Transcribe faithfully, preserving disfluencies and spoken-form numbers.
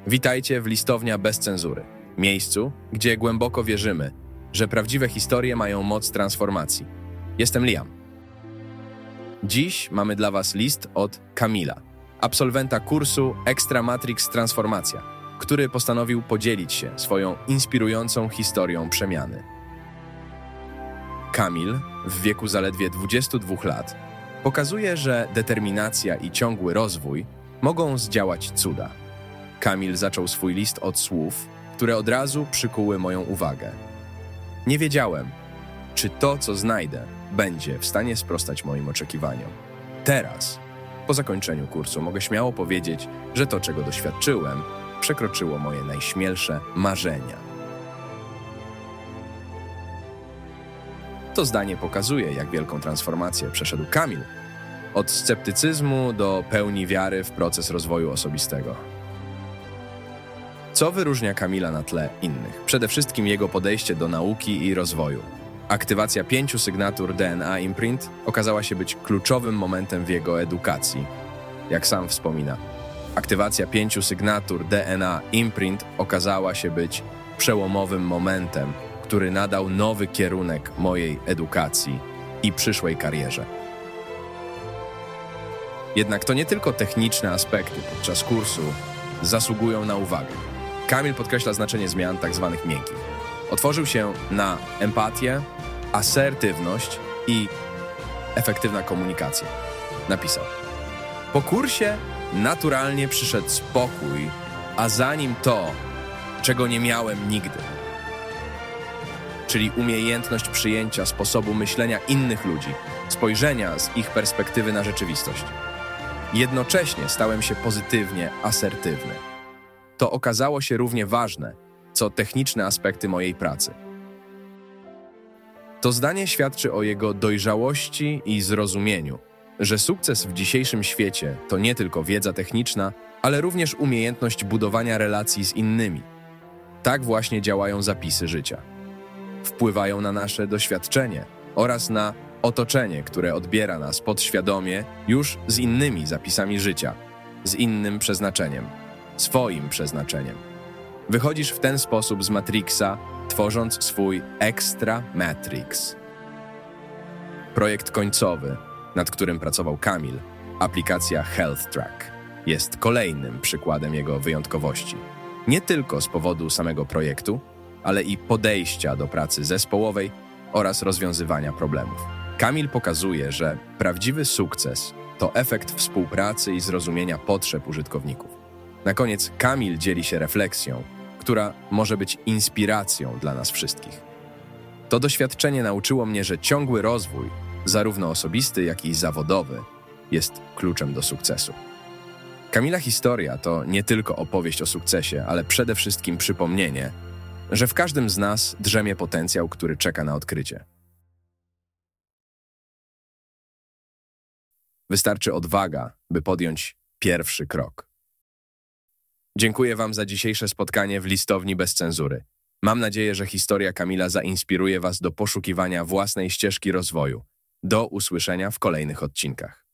Witajcie w Listownia bez cenzury, miejscu, gdzie głęboko wierzymy, że prawdziwe historie mają moc transformacji. Jestem Liam. Dziś mamy dla Was list od Kamila, absolwenta kursu Extra Matrix Transformacja, który postanowił podzielić się swoją inspirującą historią przemiany. Kamil, w wieku zaledwie dwudziestu dwóch lat, pokazuje, że determinacja i ciągły rozwój mogą zdziałać cuda. Kamil zaczął swój list od słów, które od razu przykuły moją uwagę. Nie wiedziałem, czy to, co znajdę, będzie w stanie sprostać moim oczekiwaniom. Teraz, po zakończeniu kursu, mogę śmiało powiedzieć, że to, czego doświadczyłem, przekroczyło moje najśmielsze marzenia. To zdanie pokazuje, jak wielką transformację przeszedł Kamil, od sceptycyzmu do pełni wiary w proces rozwoju osobistego. Co wyróżnia Kamila na tle innych? Przede wszystkim jego podejście do nauki i rozwoju. Aktywacja pięciu sygnatur D N A Imprint okazała się być kluczowym momentem w jego edukacji. Jak sam wspomina, aktywacja pięciu sygnatur D N A Imprint okazała się być przełomowym momentem, który nadał nowy kierunek mojej edukacji i przyszłej karierze. Jednak to nie tylko techniczne aspekty podczas kursu zasługują na uwagę. Kamil podkreśla znaczenie zmian tzw. miękkich. Otworzył się na empatię, asertywność i efektywna komunikacja. Napisał: po kursie naturalnie przyszedł spokój, a za nim to, czego nie miałem nigdy. Czyli umiejętność przyjęcia sposobu myślenia innych ludzi, spojrzenia z ich perspektywy na rzeczywistość. Jednocześnie stałem się pozytywnie asertywny. To okazało się równie ważne, co techniczne aspekty mojej pracy. To zdanie świadczy o jego dojrzałości i zrozumieniu, że sukces w dzisiejszym świecie to nie tylko wiedza techniczna, ale również umiejętność budowania relacji z innymi. Tak właśnie działają zapisy życia. Wpływają na nasze doświadczenie oraz na otoczenie, które odbiera nas podświadomie już z innymi zapisami życia, z innym przeznaczeniem, swoim przeznaczeniem. Wychodzisz w ten sposób z Matrixa, tworząc swój Extra Matrix. Projekt końcowy, nad którym pracował Kamil, aplikacja Health Track, jest kolejnym przykładem jego wyjątkowości. Nie tylko z powodu samego projektu, ale i podejścia do pracy zespołowej oraz rozwiązywania problemów. Kamil pokazuje, że prawdziwy sukces to efekt współpracy i zrozumienia potrzeb użytkowników. Na koniec Kamil dzieli się refleksją, która może być inspiracją dla nas wszystkich. To doświadczenie nauczyło mnie, że ciągły rozwój, zarówno osobisty, jak i zawodowy, jest kluczem do sukcesu. Kamila historia to nie tylko opowieść o sukcesie, ale przede wszystkim przypomnienie, że w każdym z nas drzemie potencjał, który czeka na odkrycie. Wystarczy odwaga, by podjąć pierwszy krok. Dziękuję Wam za dzisiejsze spotkanie w Listowni bez cenzury. Mam nadzieję, że historia Kamila zainspiruje Was do poszukiwania własnej ścieżki rozwoju. Do usłyszenia w kolejnych odcinkach.